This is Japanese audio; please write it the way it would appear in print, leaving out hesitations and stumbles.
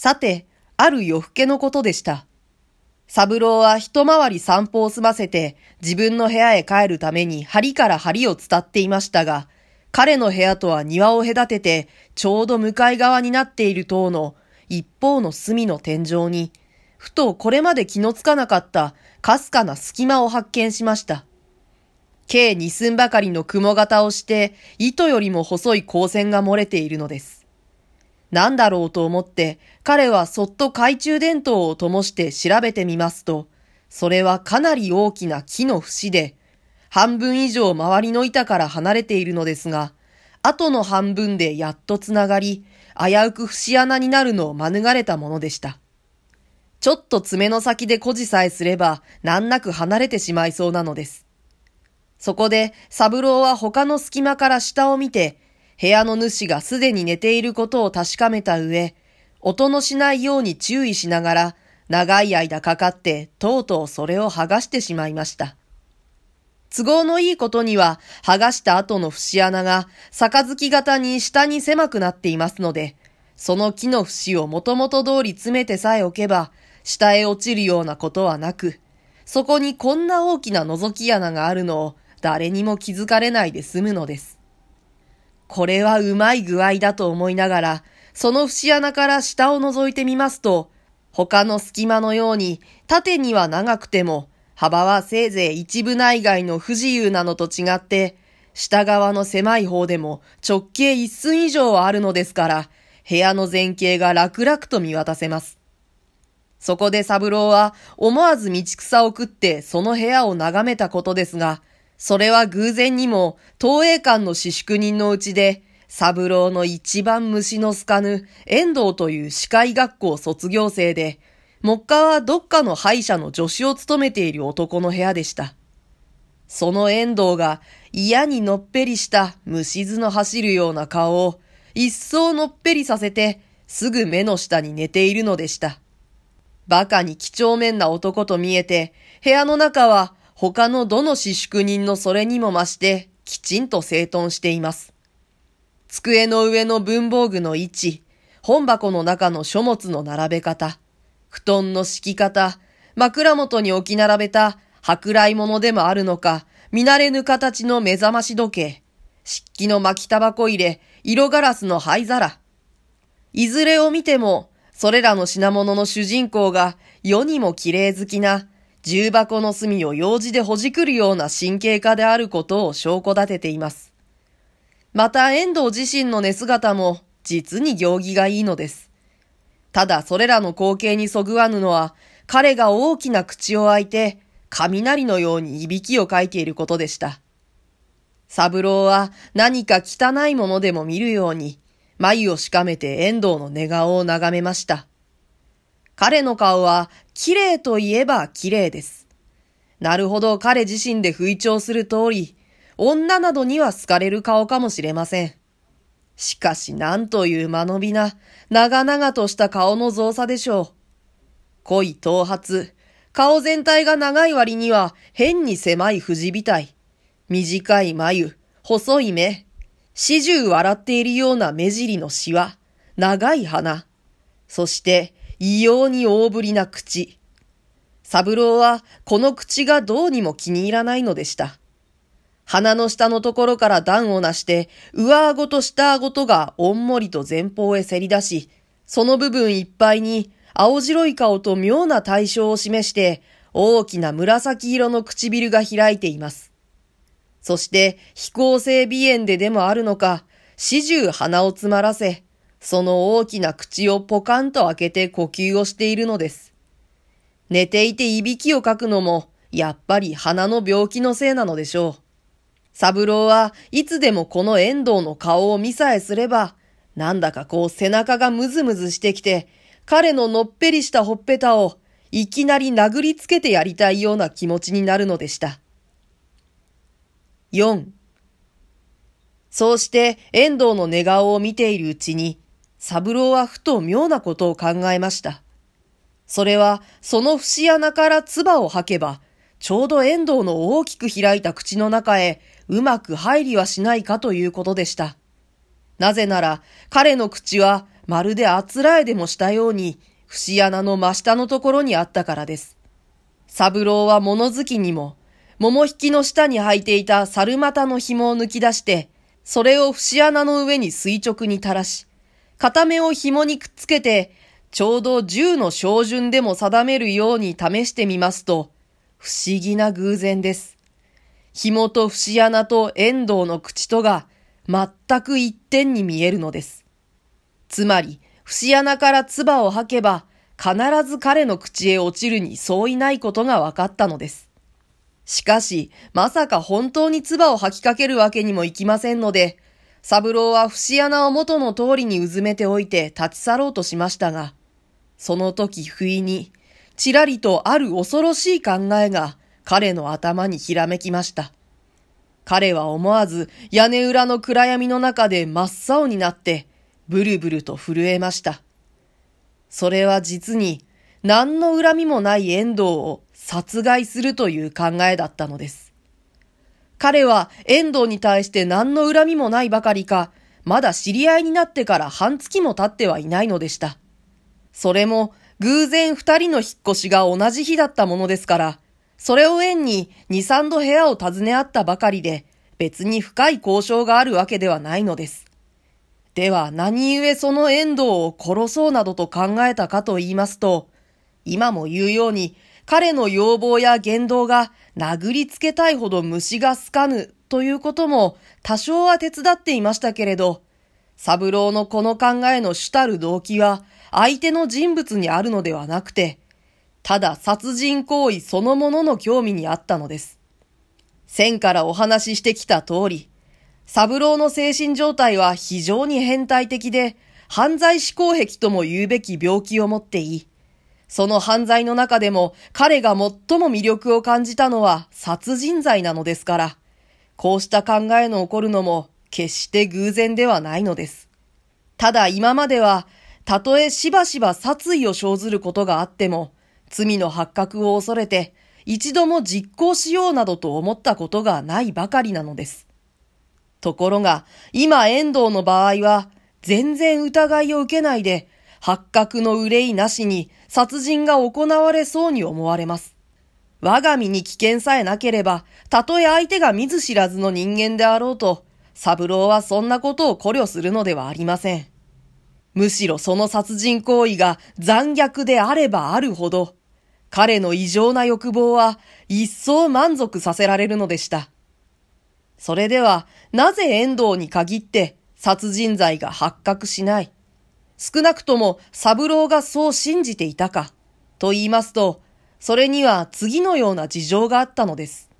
さて、ある夜更けのことでした。三郎は一回り散歩を済ませて自分の部屋へ帰るために梁から梁を伝っていましたが、彼の部屋とは庭を隔ててちょうど向かい側になっている塔の一方の隅の天井に、ふとこれまで気のつかなかったかすかな隙間を発見しました。計二寸ばかりの雲型をして糸よりも細い光線が漏れているのです。何だろうと思って彼はそっと懐中電灯を灯して調べてみますと、それはかなり大きな木の節で、半分以上周りの板から離れているのですが、あとの半分でやっとつながり、危うく節穴になるのを免れたものでした。ちょっと爪の先で誇示さえすれば難なく離れてしまいそうなのです。そこで三郎は他の隙間から下を見て、部屋の主がすでに寝ていることを確かめた上、音のしないように注意しながら、長い間かかってとうとうそれを剥がしてしまいました。都合のいいことには、剥がした後の節穴が杯型に下に狭くなっていますので、その木の節をもともと通り詰めてさえおけば、下へ落ちるようなことはなく、そこにこんな大きな覗き穴があるのを誰にも気づかれないで済むのです。これはうまい具合だと思いながら、その節穴から下を覗いてみますと、他の隙間のように縦には長くても、幅はせいぜい一分内外の不自由なのと違って、下側の狭い方でも直径一寸以上はあるのですから、部屋の前景が楽々と見渡せます。そこで三郎は思わず道草を食ってその部屋を眺めたことですが、それは偶然にも東映館の私宿人のうちで、三郎の一番虫の好かぬ遠藤という歯科医学校卒業生で、目下はどっかの歯医者の助手を務めている男の部屋でした。その遠藤が嫌にのっぺりした虫唾の走るような顔を一層のっぺりさせてすぐ目の下に寝ているのでした。馬鹿に几帳面な男と見えて、部屋の中は他のどの私宿人のそれにも増してきちんと整頓しています。机の上の文房具の位置、本箱の中の書物の並べ方、布団の敷き方、枕元に置き並べた舶来物でもあるのか、見慣れぬ形の目覚まし時計、漆器の巻きタバコ入れ、色ガラスの灰皿。いずれを見ても、それらの品物の主人公が世にも綺麗好きな、重箱の隅を用事でほじくるような神経家であることを証拠立てています。また遠藤自身の寝姿も実に行儀がいいのです。ただそれらの光景にそぐわぬのは、彼が大きな口を開いて、雷のようにいびきをかいていることでした。三郎は何か汚いものでも見るように、眉をしかめて遠藤の寝顔を眺めました。彼の顔は綺麗といえば綺麗です。なるほど彼自身で吹聴する通り、女などには好かれる顔かもしれません。しかしなんという間延びな、長々とした顔の造作でしょう。濃い頭髪、顔全体が長い割には変に狭い藤額、短い眉、細い目、始終笑っているような目尻のシワ、長い鼻、そして異様に大ぶりな口。三郎はこの口がどうにも気に入らないのでした。鼻の下のところから段をなして、上顎と下顎とがおんもりと前方へせり出し、その部分いっぱいに青白い顔と妙な対象を示して、大きな紫色の唇が開いています。そして飛行性鼻炎でもあるのか、始終鼻を詰まらせ、その大きな口をポカンと開けて呼吸をしているのです。寝ていていびきをかくのも、やっぱり鼻の病気のせいなのでしょう。三郎はいつでもこの遠藤の顔を見さえすれば、なんだかこう背中がムズムズしてきて、彼ののっぺりしたほっぺたをいきなり殴りつけてやりたいような気持ちになるのでした。4. そうして遠藤の寝顔を見ているうちに、三郎はふと妙なことを考えました。それはその節穴から唾を吐けば、ちょうど遠藤の大きく開いた口の中へうまく入りはしないかということでした。なぜなら彼の口はまるであつらえでもしたように、節穴の真下のところにあったからです。三郎は物好きにも、桃引きの下に履いていた猿股の紐を抜き出して、それを節穴の上に垂直に垂らし、片目を紐にくっつけて、ちょうど10の照準でも定めるように試してみますと、不思議な偶然です。紐と節穴と遠藤の口とが全く一点に見えるのです。つまり、節穴から唾を吐けば、必ず彼の口へ落ちるに相違ないことが分かったのです。しかし、まさか本当に唾を吐きかけるわけにもいきませんので、三郎は節穴を元の通りにうずめておいて立ち去ろうとしましたが、その時不意に、ちらりとある恐ろしい考えが彼の頭にひらめきました。彼は思わず屋根裏の暗闇の中で真っ青になって、ブルブルと震えました。それは実に、何の恨みもない遠藤を殺害するという考えだったのです。彼は遠藤に対して何の恨みもないばかりか、まだ知り合いになってから半月も経ってはいないのでした。それも偶然2人の引っ越しが同じ日だったものですから、それを縁に2、3度部屋を訪ね合ったばかりで、別に深い交渉があるわけではないのです。では何故その遠藤を殺そうなどと考えたかと言いますと、今も言うように彼の要望や言動が殴りつけたいほど虫が好かぬということも多少は手伝っていましたけれど、三郎のこの考えの主たる動機は相手の人物にあるのではなくて、ただ殺人行為そのものの興味にあったのです。先からお話ししてきた通り、三郎の精神状態は非常に変態的で、犯罪思考癖とも言うべき病気を持っていい。その犯罪の中でも彼が最も魅力を感じたのは殺人罪なのですから、こうした考えの起こるのも決して偶然ではないのです。ただ今までは、たとえしばしば殺意を生ずることがあっても、罪の発覚を恐れて、一度も実行しようなどと思ったことがないばかりなのです。ところが、今遠藤の場合は、全然疑いを受けないで、発覚の憂いなしに殺人が行われそうに思われます。我が身に危険さえなければ、たとえ相手が見ず知らずの人間であろうと、三郎はそんなことを考慮するのではありません。むしろその殺人行為が残虐であればあるほど、彼の異常な欲望は一層満足させられるのでした。それでは、なぜ遠藤に限って殺人罪が発覚しない？少なくとも三郎がそう信じていたか、と言いますと、それには次のような事情があったのです。